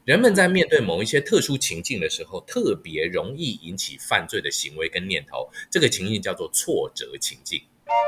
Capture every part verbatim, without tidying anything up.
人们在面对某一些特殊情境的时候，特别容易引起犯罪的行为跟念头，这个情境叫做挫折情境。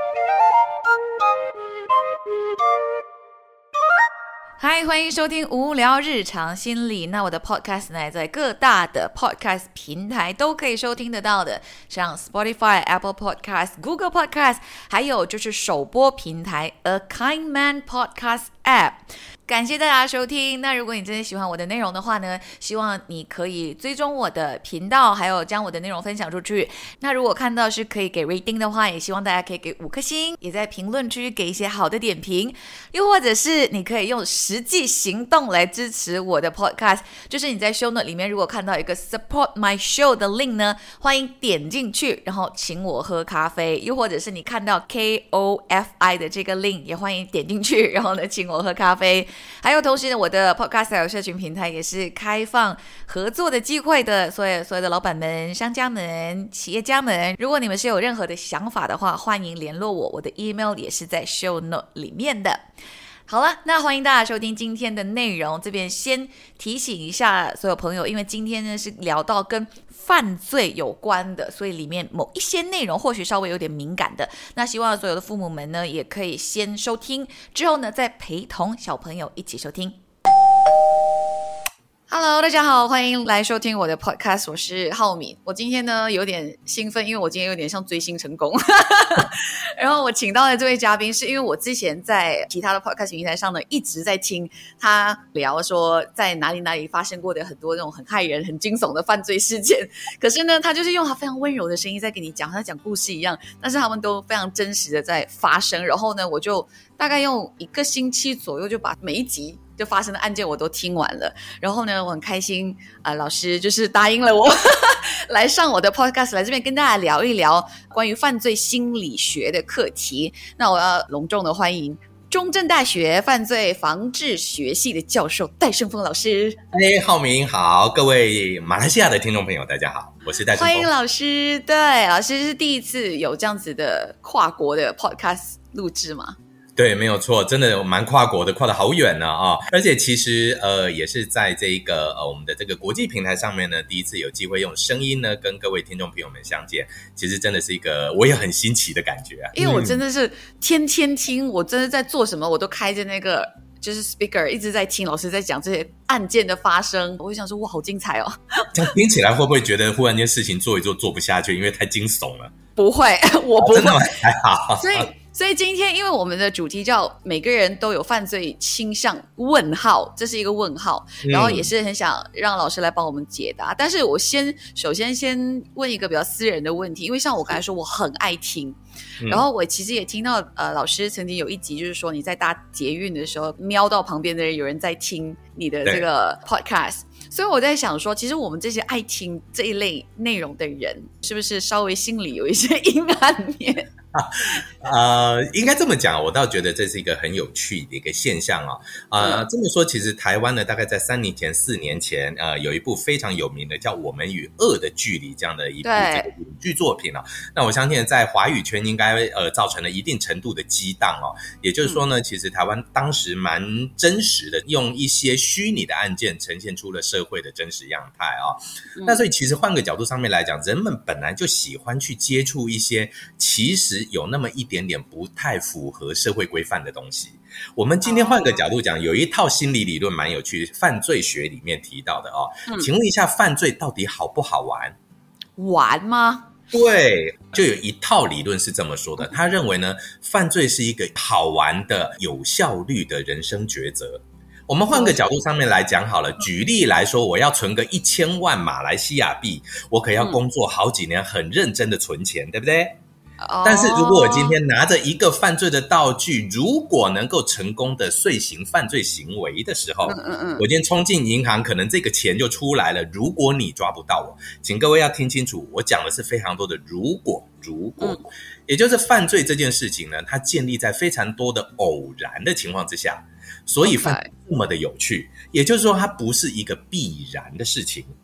嗨，欢迎收听无聊日常心理。那我的 podcast 呢，在各大的 podcast 平台都可以收听得到的，像 Spotify、Apple Podcast、Google Podcast， 还有就是首播平台 A Kind Man Podcast App。感谢大家收听。那如果你真的喜欢我的内容的话呢，希望你可以追踪我的频道，还有将我的内容分享出去。那如果看到是可以给 rating 的话，也希望大家可以给五颗星，也在评论区给一些好的点评。又或者是你可以用实际行动来支持我的 podcast， 就是你在 show note 里面如果看到一个 support my show 的 link 呢，欢迎点进去，然后请我喝咖啡。又或者是你看到 K O F I 的这个 link， 也欢迎点进去，然后呢请我喝咖啡。还有同时呢，我的 podcast 还有社群平台也是开放合作的机会的，所以所有的老板们、商家们、企业家们，如果你们是有任何的想法的话，欢迎联络我，我的 email 也是在 show note 里面的。好了，那欢迎大家收听今天的内容。这边先提醒一下所有朋友，因为今天呢是聊到跟犯罪有关的，所以里面某一些内容或许稍微有点敏感的。那希望所有的父母们呢，也可以先收听，之后呢再陪同小朋友一起收听。Hello， 大家好，欢迎来收听我的 podcast， 我是浩敏。我今天呢有点兴奋，因为我今天有点像追星成功。然后我请到的这位嘉宾，是因为我之前在其他的 podcast 平台上呢一直在听他聊说在哪里哪里发生过的很多那种很骇人、很惊悚的犯罪事件。可是呢，他就是用他非常温柔的声音在跟你讲，他讲故事一样，但是他们都非常真实的在发生。然后呢，我就大概用一个星期左右就把每一集就发生的案件我都听完了。然后呢，我很开心啊、呃，老师就是答应了我来上我的 podcast， 来这边跟大家聊一聊关于犯罪心理学的课题。那我要隆重的欢迎中正大学犯罪防治学系的教授戴胜峰老师。 哎，浩明好，各位马来西亚的听众朋友大家好，我是戴胜峰。 欢迎老师。对，老师是第一次有这样子的跨国的 podcast 录制吗？ 对，没有错，真的蛮跨国的，跨得好远呢啊、哦！而且其实呃，也是在这一个呃我们的这个国际平台上面呢，第一次有机会用声音呢跟各位听众朋友们相见，其实真的是一个我也很新奇的感觉啊。 因为我真的是天天听，嗯、我真的在做什么，我都开着那个就是 speaker 一直在听老师在讲这些案件的发生，我就想说哇，好精彩哦！ 这样听起来会不会觉得忽然间事情做一做做不下去，因为太惊悚了？ 不会，我不会，哦、真的吗？还好。 所以。所以今天因为我们的主题叫每个人都有犯罪倾向问号，这是一个问号，然后也是很想让老师来帮我们解答、嗯、但是我先首先先问一个比较私人的问题，因为像我刚才说我很爱听、嗯、然后我其实也听到呃老师曾经有一集就是说你在搭捷运的时候瞄到旁边的人有人在听你的这个 podcast，所以我在想说其实我们这些爱听这一类内容的人是不是稍微心里有一些阴暗面？ 呃，应该这么讲，我倒觉得这是一个很有趣的一个现象啊、哦。呃，这么说，其实台湾呢，大概在三年前、四年前，呃，有一部非常有名的叫《我们与恶的距离》这样的一部这个影剧作品啊、哦。那我相信在华语圈应该呃造成了一定程度的激荡哦。也就是说呢，其实台湾当时蛮真实的，用一些虚拟的案件呈现出了社会的真实样态啊、哦。那所以其实换个角度上面来讲，人们本来就喜欢去接触一些其实有那么一点点不太符合社会规范的东西。我们今天换个角度讲，有一套心理理论蛮有趣，犯罪学里面提到的哦。嗯、请问一下，犯罪到底好不好玩？ 玩吗？ 对，就有一套理论是这么说的，他认为呢，犯罪是一个好玩的、有效率的人生抉择。我们换个角度上面来讲好了，举例来说，我要存个一千万马来西亚币，我可要工作好几年，很认真的存钱，嗯、对不对？但是如果我今天拿着一个犯罪的道具，如果能够成功的遂行犯罪行为的时候，嗯嗯嗯我今天冲进银行，可能这个钱就出来了。如果你抓不到我，请各位要听清楚，我讲的是非常多的如果如果、嗯、也就是犯罪这件事情呢，它建立在非常多的偶然的情况之下，所以犯罪这么的有趣，也就是说它不是一个必然的事情。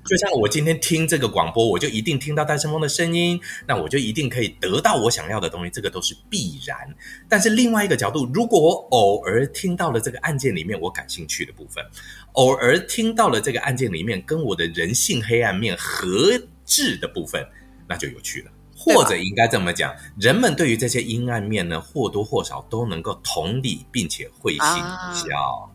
就像我今天听这个广播，我就一定听到戴胜峰的声音，那我就一定可以得到我想要的东西，这个都是必然。但是另外一个角度，如果我偶尔听到了这个案件里面我感兴趣的部分，偶尔听到了这个案件里面跟我的人性黑暗面合致的部分，那就有趣了。或者应该这么讲，人们对于这些阴暗面呢，或多或少都能够同理并且会心一笑。啊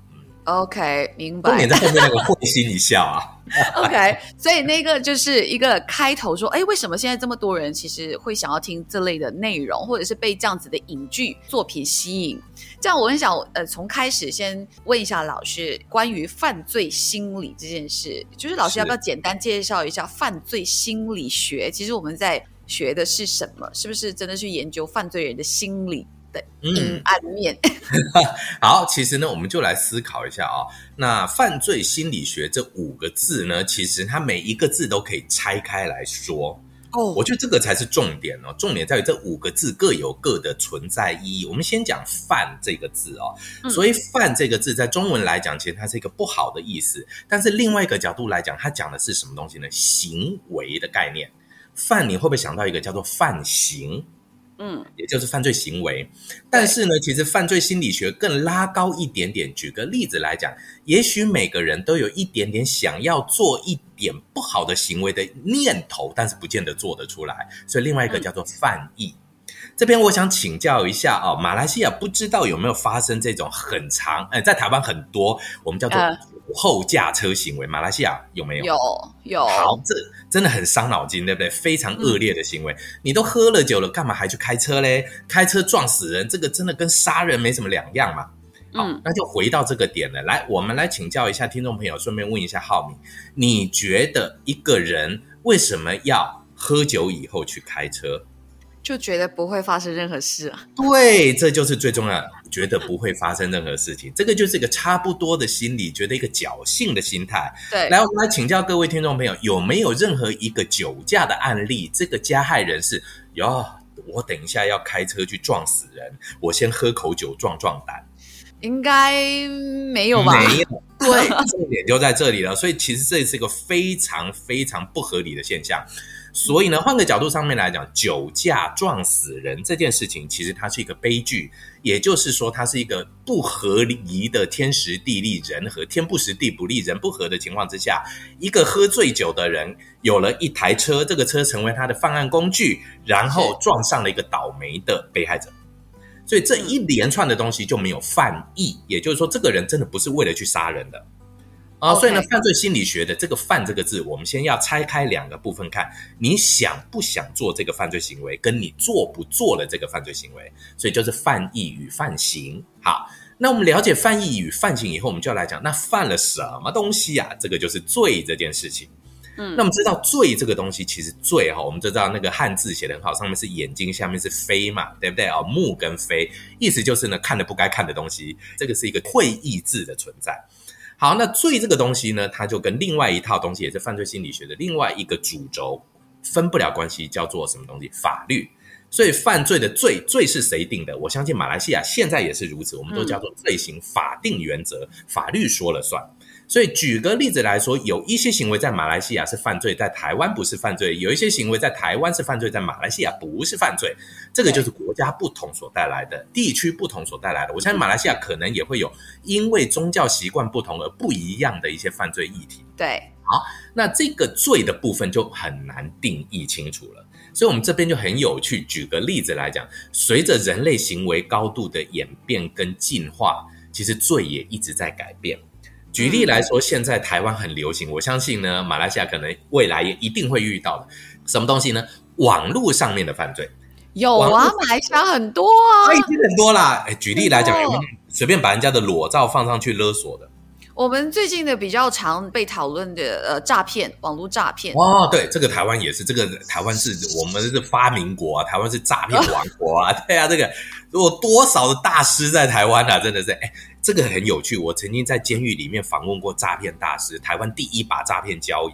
OK， 明白。 重点在后面那个会心一笑啊。 OK， 所以那个就是一个开头说，哎，为什么现在这么多人其实会想要听这类的内容，或者是被这样子的影剧作品吸引？这样我很想呃，从开始先问一下老师关于犯罪心理这件事，就是老师要不要简单介绍一下犯罪心理学？其实我们在学的是什么？是不是真的去研究犯罪人的心理的阴暗面？ 嗯、好，其实呢，我们就来思考一下啊、哦。那犯罪心理学这五个字呢，其实它每一个字都可以拆开来说。哦，我觉得这个才是重点哦。重点在于这五个字各有各的存在意义。我们先讲犯这个字哦，嗯、所以犯这个字在中文来讲，其实它是一个不好的意思。但是另外一个角度来讲，它讲的是什么东西呢？行为的概念。犯你会不会想到一个叫做犯行？嗯，也就是犯罪行为。但是呢，其实犯罪心理学更拉高一点点。举个例子来讲，也许每个人都有一点点想要做一点不好的行为的念头，但是不见得做得出来。所以另外一个叫做犯意。嗯、这边我想请教一下哦，马来西亚不知道有没有发生这种很长，呃，在台湾很多我们叫做酒后驾车行为，马来西亚有没有？ 有有。 好，这真的很伤脑筋，对不对？非常恶劣的行为。嗯、你都喝了酒了，干嘛还去开车嘞？开车撞死人，这个真的跟杀人没什么两样嘛。好，嗯、那就回到这个点了。来，我们来请教一下听众朋友，顺便问一下浩明，你觉得一个人为什么要喝酒以后去开车？ 就觉得不会发生任何事啊。 对，这就是最重要的，觉得不会发生任何事情，这个就是一个差不多的心理，觉得一个侥幸的心态。对，来，我们来请教各位听众朋友，有没有任何一个酒驾的案例，这个加害人是哟，我等一下要开车去撞死人，我先喝口酒壮壮胆？ 应该没有吧？ 没有，对，重点就在这里了。所以其实这是一个非常非常不合理的现象。所以呢，换个角度上面来讲，酒驾撞死人这件事情，其实它是一个悲剧，也就是说，它是一个不合宜的天时地利人和，天不时地不利人不和的情况之下，一个喝醉酒的人有了一台车，这个车成为他的犯案工具，然后撞上了一个倒霉的被害者。所以这一连串的东西就没有犯意，也就是说，这个人真的不是为了去杀人的。啊、okay. 所以呢，犯罪心理学的这个犯这个字，我们先要拆开两个部分看，你想不想做这个犯罪行为，跟你做不做了这个犯罪行为，所以就是犯意与犯行。好，那我们了解犯意与犯行以后，我们就要来讲，那犯了什么东西啊？这个就是罪这件事情。嗯，那我们知道罪这个东西，其实罪哈，我们就知道那个汉字写得很好，上面是眼睛，下面是非嘛，对不对啊？目跟非，意思就是呢，看了不该看的东西，这个是一个会意字的存在。好，那罪这个东西呢，它就跟另外一套东西，也是犯罪心理学的另外一个主轴分不了关系，叫做什么东西？法律。所以犯罪的罪，罪是谁定的？我相信马来西亚现在也是如此，我们都叫做罪行法定原则，法律说了算。所以举个例子来说，有一些行为在马来西亚是犯罪，在台湾不是犯罪；有一些行为在台湾是犯罪，在马来西亚不是犯罪。这个就是国家不同所带来的，地区不同所带来的。我相信马来西亚可能也会有因为宗教习惯不同而不一样的一些犯罪议题。 对， 好，那这个罪的部分就很难定义清楚了。所以我们这边就很有趣，举个例子来讲，随着人类行为高度的演变跟进化，其实罪也一直在改变。举例来说，现在台湾很流行，我相信呢，马来西亚可能未来也一定会遇到的什么东西呢？网络上面的犯罪。 有啊，马来西亚很多啊， 已经很多啦。举例来讲，有没有随便把人家的裸照放上去勒索的？ 我们最近的比较常被讨论的呃诈骗，网络诈骗。 哦，对，这个台湾也是，这个台湾是我们是发明国啊，台湾是诈骗王国啊，对啊，这个有多少的大师在台湾啊，真的是，哎，这个很有趣。我曾经在监狱里面访问过诈骗大师，台湾第一把诈骗交椅。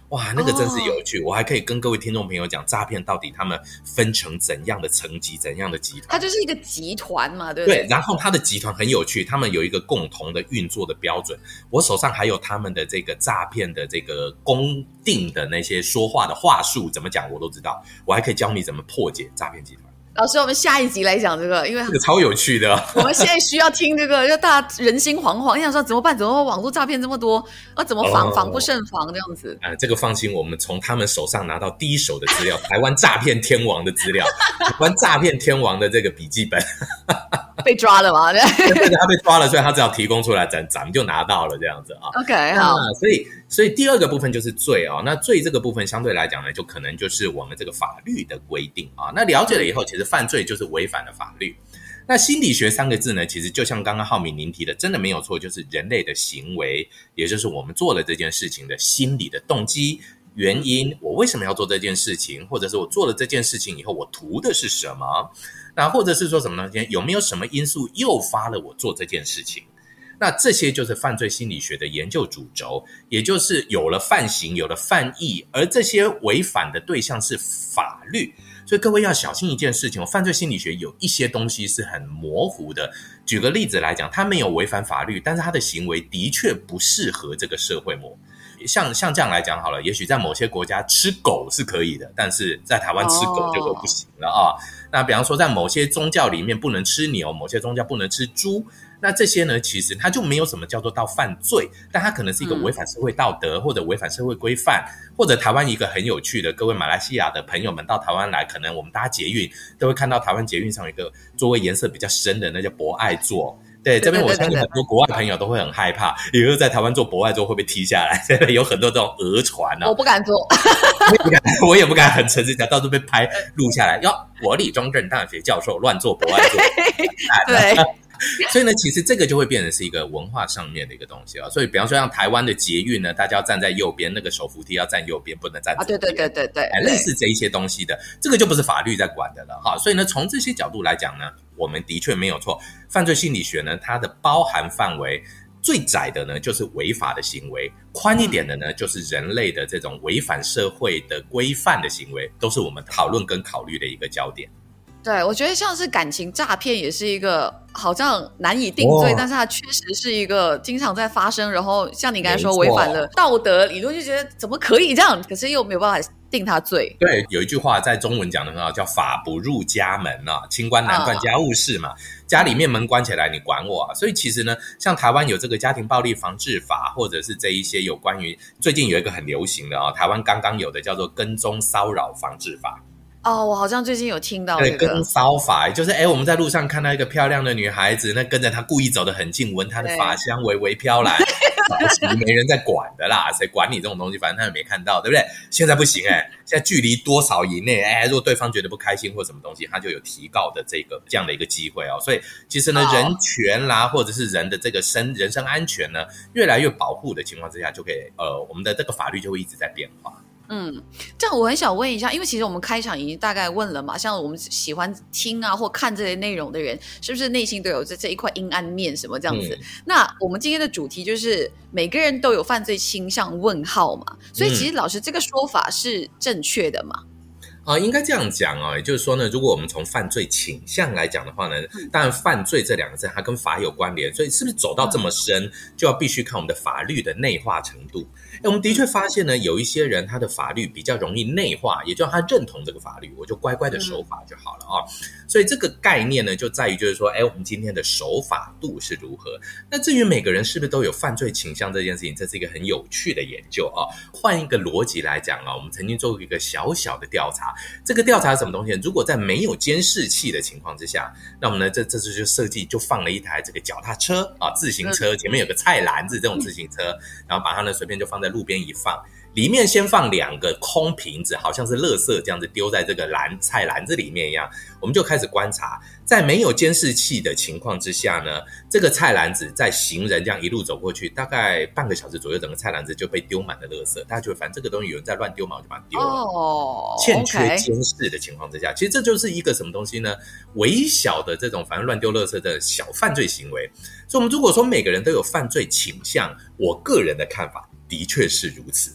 哇，那个真是有趣、哦、我还可以跟各位听众朋友讲诈骗到底他们分成怎样的层级怎样的集团。 它就是一个集团嘛，对不对？ 对，然后它的集团很有趣，他们有一个共同的运作的标准，我手上还有他们的这个诈骗的这个公定的那些说话的话术怎么讲我都知道，我还可以教你怎么破解诈骗集团。 老师，我们下一集来讲这个，因为这个超有趣的。 我们现在需要听这个，就大家人心惶惶，你想说怎么办？怎么网络诈骗这么多？啊，怎么防、哦、防不胜防这样子？ 啊，这个放心，我们从他们手上拿到第一手的资料，台湾诈骗天王的资料，台湾诈骗天王的这个笔记本。 被抓了吗？对， 对，他被抓了，所以他只要提供出来，咱咱们就拿到了这样子啊。 OK， 好， 所以所以第二个部分就是罪啊、哦。那罪这个部分相对来讲呢，就可能就是我们这个法律的规定啊。那了解了以后，其实犯罪就是违反了法律。那心理学三个字呢，其实就像刚刚浩敏您提的，真的没有错，就是人类的行为，也就是我们做了这件事情的心理的动机。原因，我为什么要做这件事情，或者是我做了这件事情以后我图的是什么，那或者是说什么呢？有没有什么因素诱发了我做这件事情，那这些就是犯罪心理学的研究主轴，也就是有了犯行，有了犯意，而这些违反的对象是法律。所以各位要小心一件事情，犯罪心理学有一些东西是很模糊的。举个例子来讲，他没有违反法律，但是他的行为的确不适合这个社会模。像像这样来讲好了，也许在某些国家吃狗是可以的，但是在台湾吃狗就不行了啊、哦。那比方说在某些宗教里面不能吃牛，某些宗教不能吃猪，那这些呢其实它就没有什么叫做到犯罪，但它可能是一个违反社会道德、嗯、或者违反社会规范，或者台湾一个很有趣的，各位马来西亚的朋友们到台湾来，可能我们搭捷运都会看到台湾捷运上有一个座位颜色比较深的，那叫博爱座。对，这边我相信很多国外朋友都会很害怕，以后在台湾做博爱座会被踢下来，有很多这种讹传啊。 我不敢做， 我也不敢，我也不敢很诚实讲，到时候被拍录下来，要国立中正大学教授乱做博爱座。 对。 所以呢，其实这个就会变成是一个文化上面的一个东西啊。所以，比方说像台湾的捷运呢，大家要站在右边，那个手扶梯要站右边，不能站左边。啊，对对对对对， 哎，类似这一些东西的，这个就不是法律在管的了哈。所以呢，从这些角度来讲呢，我们的确没有错。犯罪心理学呢，它的包含范围最窄的呢，就是违法的行为；宽一点的呢，就是人类的这种违反社会的规范的行为，都是我们讨论跟考虑的一个焦点。 对，我觉得像是感情诈骗也是一个好像难以定罪，但是它确实是一个经常在发生，然后像你刚才说违反了道德理论，就觉得怎么可以这样，可是又没有办法定他罪。 对，有一句话在中文讲的很好，叫法不入家门啊，清官难断家务事嘛、啊、家里面门关起来你管我啊。所以其实呢，像台湾有这个家庭暴力防治法，或者是这一些有关于最近有一个很流行的啊，台湾刚刚有的叫做跟踪骚扰防治法。 哦，我好像最近有听到这个对，跟骚法，就是哎，我们在路上看到一个漂亮的女孩子，那跟着她故意走得很近，闻她的发香，微微飘来，没人在管的啦，谁管你这种东西？反正他也没看到，对不对？现在不行哎，现在距离多少以内，哎，如果对方觉得不开心或什么东西，他就有提告的这个这样的一个机会哦。所以其实呢，哦、人权啦，或者是人的这个生人身安全呢，越来越保护的情况之下，就可以呃，我们的这个法律就会一直在变化。 嗯，这样我很想问一下，因为其实我们开场已经大概问了嘛，像我们喜欢听啊或看这些内容的人，是不是内心都有这这一块阴暗面什么这样子、嗯、那我们今天的主题就是每个人都有犯罪倾向问号嘛，所以其实老师这个说法是正确的嘛？ 呃，应该这样讲哦，也就是说呢，如果我们从犯罪倾向来讲的话呢，当然犯罪这两个字它跟法有关联，所以是不是走到这么深，就要必须看我们的法律的内化程度。我们的确发现呢，有一些人他的法律比较容易内化，也就是他认同这个法律，我就乖乖的守法就好了啊、哦。所以这个概念呢，就在于就是说，哎，我们今天的守法度是如何？那至于每个人是不是都有犯罪倾向这件事情，这是一个很有趣的研究啊、哦。换一个逻辑来讲啊，我们曾经做过一个小小的调查。这个调查是什么东西？如果在没有监视器的情况之下，那我们呢，这这次就设计就放了一台这个脚踏车啊，自行车前面有个菜篮子这种自行车，然后把它呢随便就放在路边一放，里面先放两个空瓶子，好像是垃圾这样子丢在这个篮菜篮子里面一样，我们就开始观察，在没有监视器的情况之下呢，这个菜篮子在行人这样一路走过去，大概半个小时左右，整个菜篮子就被丢满了垃圾，大家觉得反正这个东西有人在乱丢嘛，我就把它丢了。哦，欠缺监视的情况之下，其实这就是一个什么东西呢？微小的这种反正乱丢垃圾的小犯罪行为。所以我们如果说每个人都有犯罪倾向，我个人的看法的确是如此。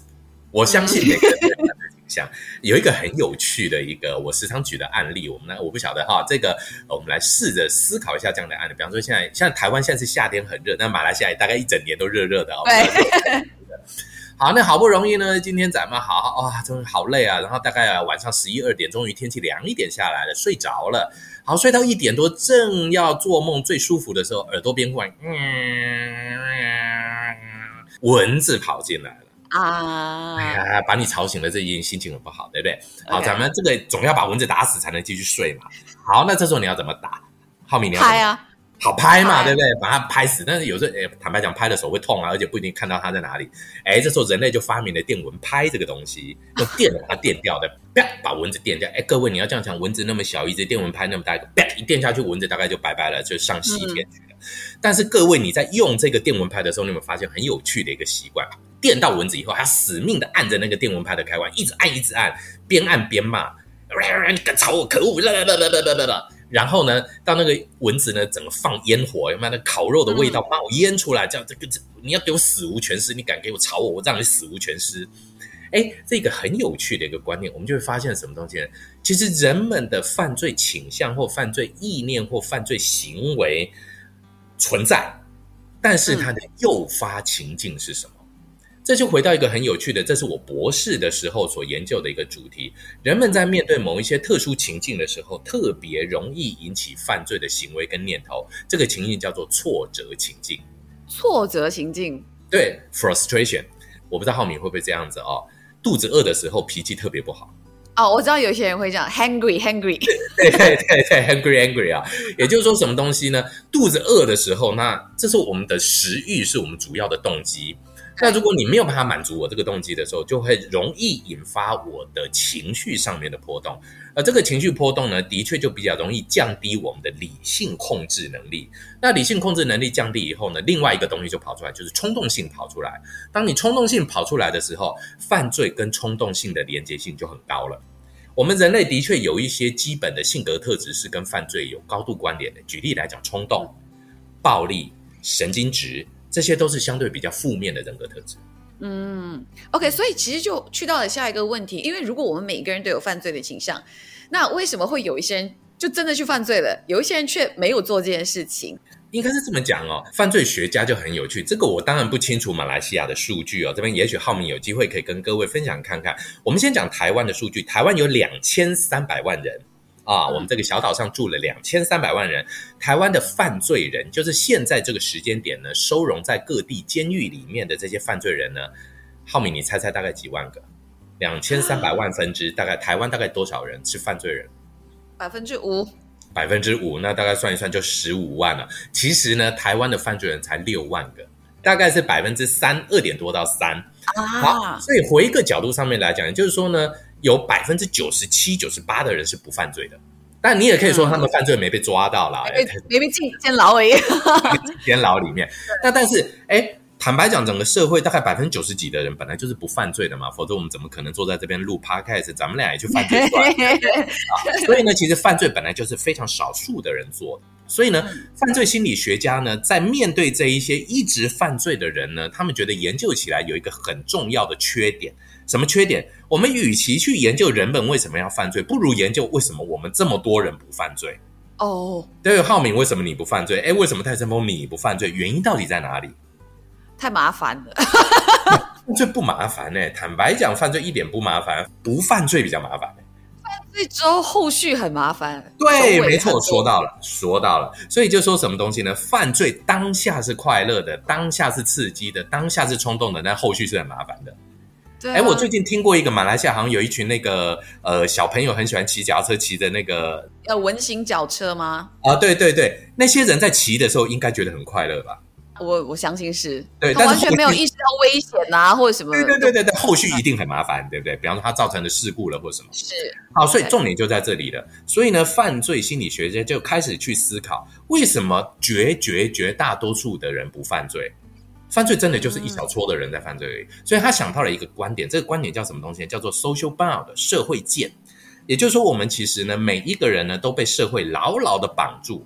我相信每个人都有犯罪倾向。有一个很有趣的一个我时常举的案例，我们呢我不晓得哈，这个我们来试着思考一下这样的案例。比方说现在像台湾现在是夏天很热，那马来西亚大概一整年都热热的哦。 对。 好，那好不容易呢，今天咱们好哇，真的好累啊。然后大概、啊、晚上十一二点，终于天气凉一点下来了，睡着了。好，睡到一点多，正要做梦最舒服的时候，耳朵边忽然，嗯，蚊子跑进来了啊！哎呀，把你吵醒了，这已经心情很不好，对不对？好， okay. 咱们这个总要把蚊子打死才能继续睡嘛。好，那这时候你要怎么打？浩明，你要怎么打？ 拍啊！ 好拍嘛，对不对？把它拍死。但是有时候，诶坦白讲，拍的手会痛啊，而且不一定看到它在哪里。诶这时候人类就发明了电蚊拍这个东西，用电把它电掉的，啪，把蚊子电掉。诶各位你要这样想，蚊子那么小一只，电蚊拍那么大一个，啪一电下去，蚊子大概就拜拜了，就上西天去了。嗯、但是各位你在用这个电蚊拍的时候，你有没有发现很有趣的一个习惯？电到蚊子以后，还死命的按着那个电蚊拍的开关，一直按一直按，边按边骂，你敢吵我，可恶！然后呢，到那个蚊子呢，整个放烟火，有没有那烤肉的味道冒烟出来？这样这个你要给我死无全尸，你敢给我吵我，我让你死无全尸。哎，这个很有趣的一个观念，我们就会发现什么东西呢？其实人们的犯罪倾向或犯罪意念或犯罪行为存在，但是它的诱发情境是什么？这就回到一个很有趣的，这是我博士的时候所研究的一个主题。人们在面对某一些特殊情境的时候，特别容易引起犯罪的行为跟念头。这个情境叫做挫折情境。 挫折情境， 对 ，frustration。我不知道浩敏会不会这样子哦。肚子饿的时候脾气特别不好。 哦，我知道有些人会讲 hungry hungry。 对对对对 hungry hungry 啊，也就是说什么东西呢？肚子饿的时候，那这是我们的食欲是我们主要的动机。那如果你没有办法满足我这个动机的时候，就会容易引发我的情绪上面的波动，而这个情绪波动呢，的确就比较容易降低我们的理性控制能力。那理性控制能力降低以后呢，另外一个东西就跑出来，就是冲动性跑出来。当你冲动性跑出来的时候，犯罪跟冲动性的连结性就很高了。我们人类的确有一些基本的性格特质是跟犯罪有高度关联的，举例来讲，冲动、暴力、神经质，这些都是相对比较负面的人格特质。 嗯 ，OK， 所以其实就去到了下一个问题，因为如果我们每一个人都有犯罪的倾向，那为什么会有一些人就真的去犯罪了，有一些人却没有做这件事情？ 应该是这么讲哦，犯罪学家就很有趣，这个我当然不清楚马来西亚的数据哦，这边也许浩明有机会可以跟各位分享看看。我们先讲台湾的数据，台湾有两千三百万人。啊，我们这个小岛上住了两千三百万人，台湾的犯罪人，就是现在这个时间点呢，收容在各地监狱里面的这些犯罪人呢，浩敏，你猜猜大概几万个？两千三百万分之大概台湾大概多少人是犯罪人？ 百分之五。 百分之五，那大概算一算就十五万了。其实呢，台湾的犯罪人才六万个，大概是百分之三，二点多到三。啊，好，所以回一个角度上面来讲，也就是说呢。有百分之九十七、九十八的人是不犯罪的，但你也可以说他们犯罪没被抓到啦， 没被没被进监牢而已， 监牢里面。那但是，哎，坦白讲，整个社会大概百分之九十几的人本来就是不犯罪的嘛，否则我们怎么可能坐在这边录 podcast？ 咱们俩也去犯罪算了、啊、所以呢，其实犯罪本来就是非常少数的人做的。所以呢，犯罪心理学家呢，在面对这一些一直犯罪的人呢，他们觉得研究起来有一个很重要的缺点。什么缺点？我们与其去研究人们为什么要犯罪，不如研究为什么我们这么多人不犯罪。 哦， 对，浩明，为什么你不犯罪？哎，为什么戴胜峰你不犯罪？原因到底在哪里？ 太麻烦了。 犯罪不麻烦呢、欸，坦白讲，犯罪一点不麻烦，不犯罪比较麻烦、欸。 犯罪之后后续很麻烦。 对，没错，说到了，说到了。所以就说什么东西呢？犯罪当下是快乐的，当下是刺激的，当下是冲动的，但后续是很麻烦的。哎、啊，我最近听过一个马来西亚好像有一群那个呃小朋友很喜欢骑脚踏车，骑的那个呃文型脚车吗？ 啊，对对对，那些人在骑的时候应该觉得很快乐吧？ 我我相信是， 对， 他完全没有意识到危险啊，或者什么。 对对对对对，后续一定很麻烦，对不对？比方说他造成的事故了或什么。 是。 好，所以重点就在这里了。所以呢，犯罪心理学家就开始去思考，为什么绝绝绝大多数的人不犯罪？犯罪真的就是一小撮的人在犯罪而已，所以他想到了一个观点，这个观点叫什么东西？叫做 social bound 社会键。也就是说，我们其实呢，每一个人呢都被社会牢牢的绑住，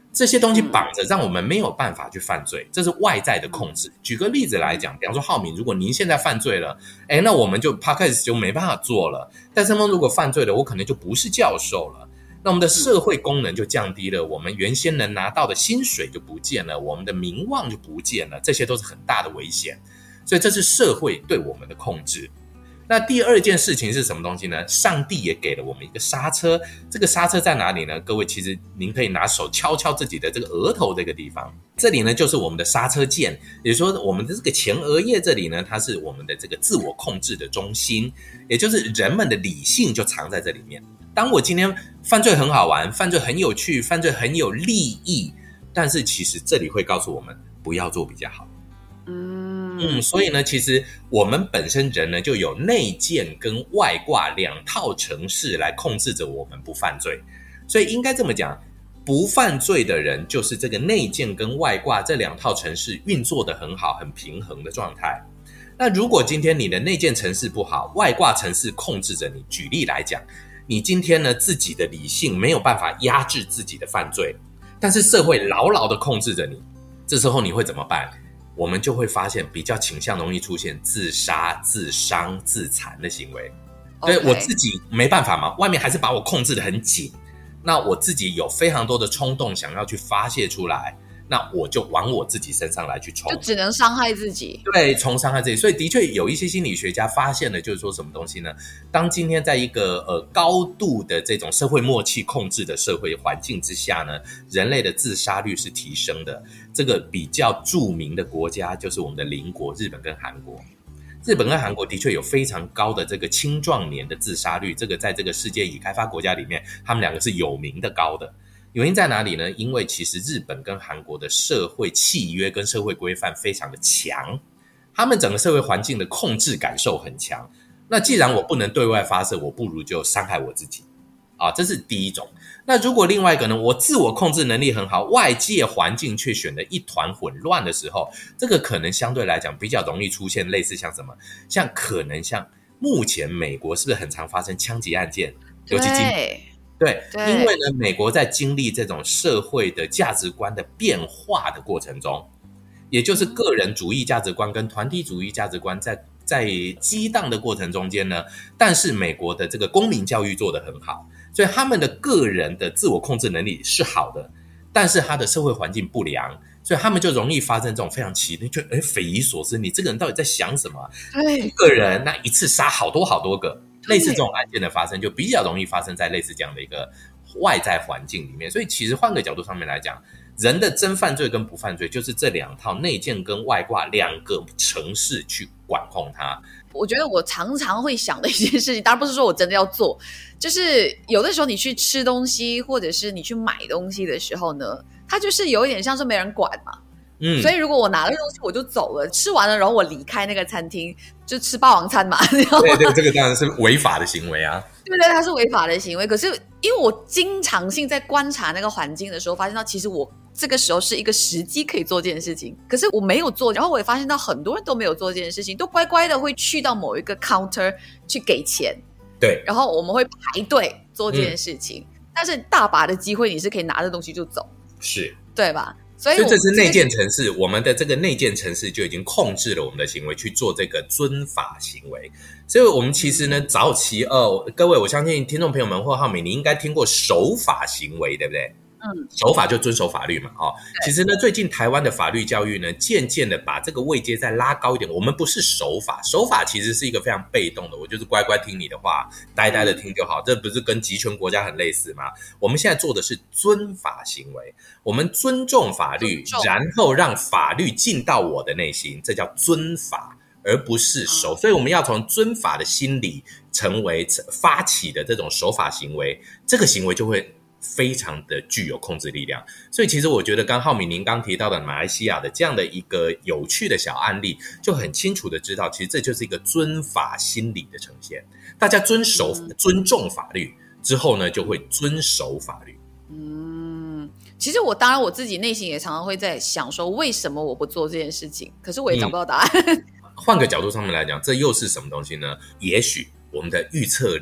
这些东西绑着，让我们没有办法去犯罪，这是外在的控制。举个例子来讲，比方说浩敏，如果您现在犯罪了，哎，那我们就 podcast 就没办法做了。戴胜峰如果犯罪了，我可能就不是教授了。那我们的社会功能就降低了，我们原先能拿到的薪水就不见了，我们的名望就不见了，这些都是很大的危险。所以这是社会对我们的控制。那第二件事情是什么东西呢？上帝也给了我们一个刹车，这个刹车在哪里呢？各位其实您可以拿手敲敲自己的这个额头这个地方，这里呢就是我们的刹车键，也就是说我们的这个前额叶这里呢，它是我们的这个自我控制的中心，也就是人们的理性就藏在这里面。当我今天犯罪很好玩，犯罪很有趣，犯罪很有利益，但是其实这里会告诉我们不要做比较好。嗯，所以呢，其实我们本身人呢就有内建跟外挂两套程式来控制着我们不犯罪。所以应该这么讲，不犯罪的人就是这个内建跟外挂这两套程式运作得很好、很平衡的状态。那如果今天你的内建程式不好，外挂程式控制着你，举例来讲，你今天呢自己的理性没有办法压制自己的犯罪，但是社会牢牢的控制着你，这时候你会怎么办？我们就会发现比较倾向容易出现自杀、自伤、自残的行为。对， okay. 我自己没办法嘛，外面还是把我控制得很紧，那我自己有非常多的冲动想要去发泄出来，那我就往我自己身上来去冲， 就只能伤害自己。 对，从伤害自己。所以的确有一些心理学家发现了，就是说什么东西呢？当今天在一个呃高度的这种社会默契控制的社会环境之下呢，人类的自杀率是提升的。这个比较著名的国家就是我们的邻国日本跟韩国。日本跟韩国的确有非常高的这个青壮年的自杀率，这个在这个世界已开发国家里面，他们两个是有名的高的。原因在哪里呢？因为其实日本跟韩国的社会契约跟社会规范非常的强，他们整个社会环境的控制感受很强。那既然我不能对外发射，我不如就伤害我自己啊，这是第一种。那如果另外一个呢，我自我控制能力很好，外界环境却选得一团混乱的时候，这个可能相对来讲比较容易出现类似像什么，像可能像目前美国是不是很常发生枪击案件，尤其今年。对，因为呢，美国在经历这种社会的价值观的变化的过程中，也就是个人主义价值观跟团体主义价值观在在激荡的过程中间呢，但是美国的这个公民教育做得很好，所以他们的个人的自我控制能力是好的，但是他的社会环境不良，所以他们就容易发生这种非常奇特，就诶匪夷所思，你这个人到底在想什么？对，一个人那一次杀好多好多个。类似这种案件的发生就比较容易发生在类似这样的一个外在环境里面。所以其实换个角度上面来讲，人的真犯罪跟不犯罪就是这两套内建跟外挂两个程式去管控它。 我觉得我常常会想的一件事情，当然不是说我真的要做，就是有的时候你去吃东西或者是你去买东西的时候呢，它就是有一点像是没人管嘛。嗯，所以如果我拿了东西我就走了，吃完了然后我离开那个餐厅，就吃霸王餐嘛。对对，这个当然是违法的行为啊。 对对，它是违法的行为。可是因为我经常性在观察那个环境的时候，发现到其实我这个时候是一个时机可以做这件事情，可是我没有做。然后我也发现到很多人都没有做这件事情，都乖乖的会去到某一个 counter 去给钱。 对， 然后我们会排队做这件事情，嗯、但是大把的机会你是可以拿着东西就走， 是对吧？所以, 所以这是内建程式，我们的这个内建程式就已经控制了我们的行为去做这个遵法行为。所以我们其实呢，早期呃，各位我相信听众朋友们或浩敏你应该听过守法行为，对不对？嗯，守法就遵守法律嘛，哦，其实呢，最近台湾的法律教育呢，渐渐的把这个位阶再拉高一点。我们不是守法，守法其实是一个非常被动的，我就是乖乖听你的话，呆呆的听就好，这不是跟集权国家很类似吗？我们现在做的是遵法行为，我们尊重法律，然后让法律进到我的内心，这叫遵法，而不是守。所以我们要从遵法的心理成为发起的这种守法行为，这个行为就会非常的具有控制力量。所以其实我觉得刚浩敏您刚提到的马来西亚的这样的一个有趣的小案例，就很清楚的知道其实这就是一个遵法心理的呈现。大家遵守、嗯、尊重法律之后呢，就会遵守法律。 嗯，其实我当然我自己内心也常常会在想说为什么我不做这件事情，可是我也找不到答案。 换、嗯、个角度上面来讲，这又是什么东西呢？也许我们的预测力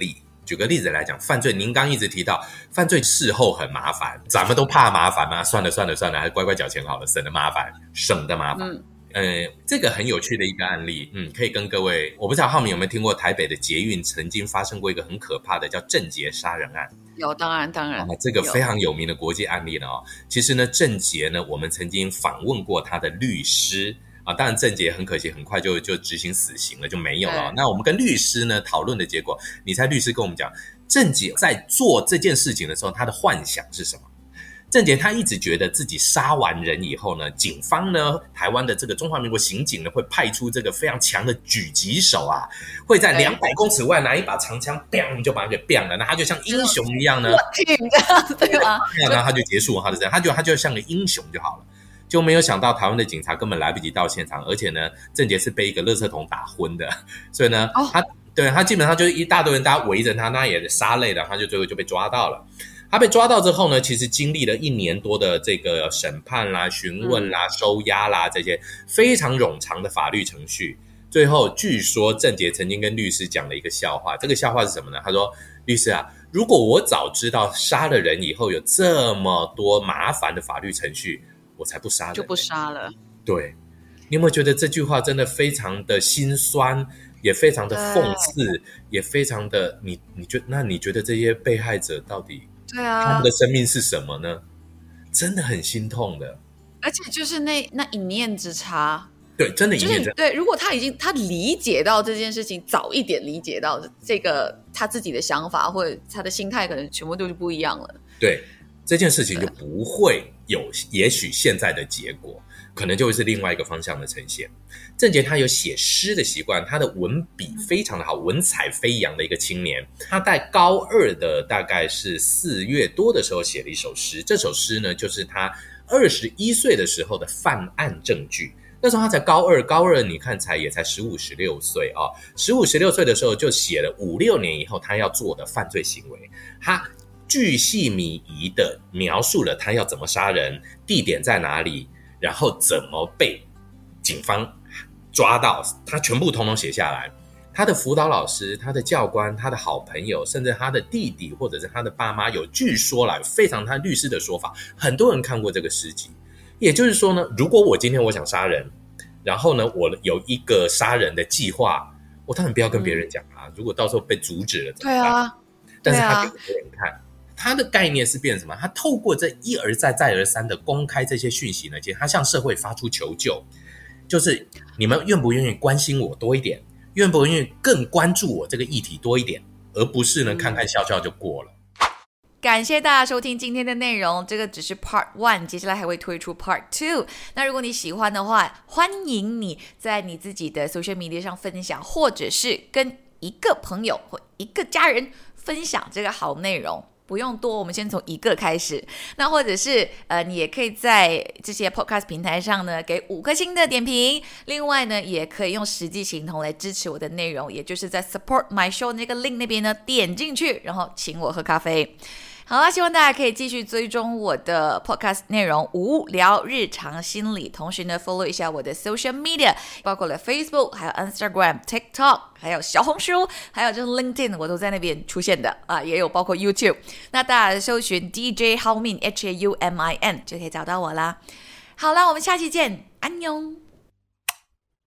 举个例子来讲，犯罪您刚一直提到犯罪事后很麻烦，咱们都怕麻烦吗？算了算了算了，还是乖乖缴钱好了，省得麻烦，省得麻烦。嗯呃，这个很有趣的一个案例，嗯，可以跟各位，我不知道浩明有没有听过台北的捷运曾经发生过一个很可怕的叫郑捷杀人案。 有，当然当然、 啊、这个非常有名的国际案例了哦。其实呢，郑捷呢，我们曾经访问过他的律师啊，当然郑捷很可惜很快就就执行死刑了，就没有了。那我们跟律师呢讨论的结果，你猜律师跟我们讲，郑捷在做这件事情的时候，他的幻想是什么？郑捷他一直觉得自己杀完人以后呢，警方呢，台湾的这个中华民国刑警呢，会派出这个非常强的狙击手啊，会在两百公尺外拿一把长枪 biang 就把他给 biang 了，那他就像英雄一样呢， 对吧？ 然后他就结束他的这样，他就他就像个英雄就好了。就没有想到台湾的警察根本来不及到现场，而且呢，郑捷是被一个垃圾桶打昏的，所以呢，哦、他对他基本上就是一大堆人大家围着他，那也杀累了，他就最后就被抓到了。他被抓到之后呢，其实经历了一年多的这个审判啦、询问啦、收押啦这些非常冗长的法律程序。最后据说郑捷曾经跟律师讲了一个笑话，这个笑话是什么呢？他说：“律师啊，如果我早知道杀了人以后有这么多麻烦的法律程序，我才不杀人、欸， 就不杀了。” 对，你有没有觉得这句话真的非常的心酸，也非常的讽刺，也非常的你你觉那你觉得这些被害者到底？ 对啊， 他们的生命是什么呢？真的很心痛的， 而且就是那那一念之差， 对，真的一念之差。 就是、对，如果他已经他理解到这件事情，早一点理解到这个他自己的想法或者他的心态，可能全部都是不一样了。 对，这件事情就不会有，也许现在的结果，可能就会是另外一个方向的呈现。郑捷他有写诗的习惯，他的文笔非常的好，文采飞扬的一个青年。他在高二的大概是四月多的时候写了一首诗，这首诗呢就是他二十一岁的时候的犯案证据。那时候他才高二，高二你看才也才十五、十六岁啊，十五、十六岁的时候就写了五六年以后他要做的犯罪行为，他巨细靡遗的描述了他要怎么杀人，地点在哪里，然后怎么被警方抓到，他全部统统写下来。他的辅导老师、他的教官、他的好朋友，甚至他的弟弟或者是他的爸妈，有据说啦，非常他律师的说法，很多人看过这个诗集。也就是说呢，如果我今天我想杀人，然后呢我有一个杀人的计划，我当然不要跟别人讲啊，如果到时候被阻止了怎么办？ 对啊， 但是他给别人看，他的概念是变成什么？他透过这一而再再而三的公开这些讯息呢，其实他向社会发出求救，就是你们愿不愿意关心我多一点，愿不愿意更关注我这个议题多一点，而不是呢看看笑笑就过了。 感谢大家收听今天的内容，这个只是 Part one， 接下来还会推出 Part two。 那如果你喜欢的话，欢迎你在你自己的 social media 上分享，或者是跟一个朋友或一个家人分享这个好内容，不用多，我们先从一个开始。那或者是呃，你也可以在这些 podcast 平台上呢给五颗星的点评。另外呢，也可以用实际行动来支持我的内容，也就是在 support my show 那个 link 那边呢点进去，然后请我喝咖啡。好啦，希望大家可以继续追踪我的 podcast 内容无聊日常心理，同时呢 follow 一下我的 social media， 包括了 Facebook 还有 Instagram、TikTok 还有小红书，还有就是 LinkedIn， 我都在那边出现的啊，也有包括 YouTube。 那大家搜寻 D J Hao Min H A U M I N 就可以找到我啦。好啦，我们下期见，安妞。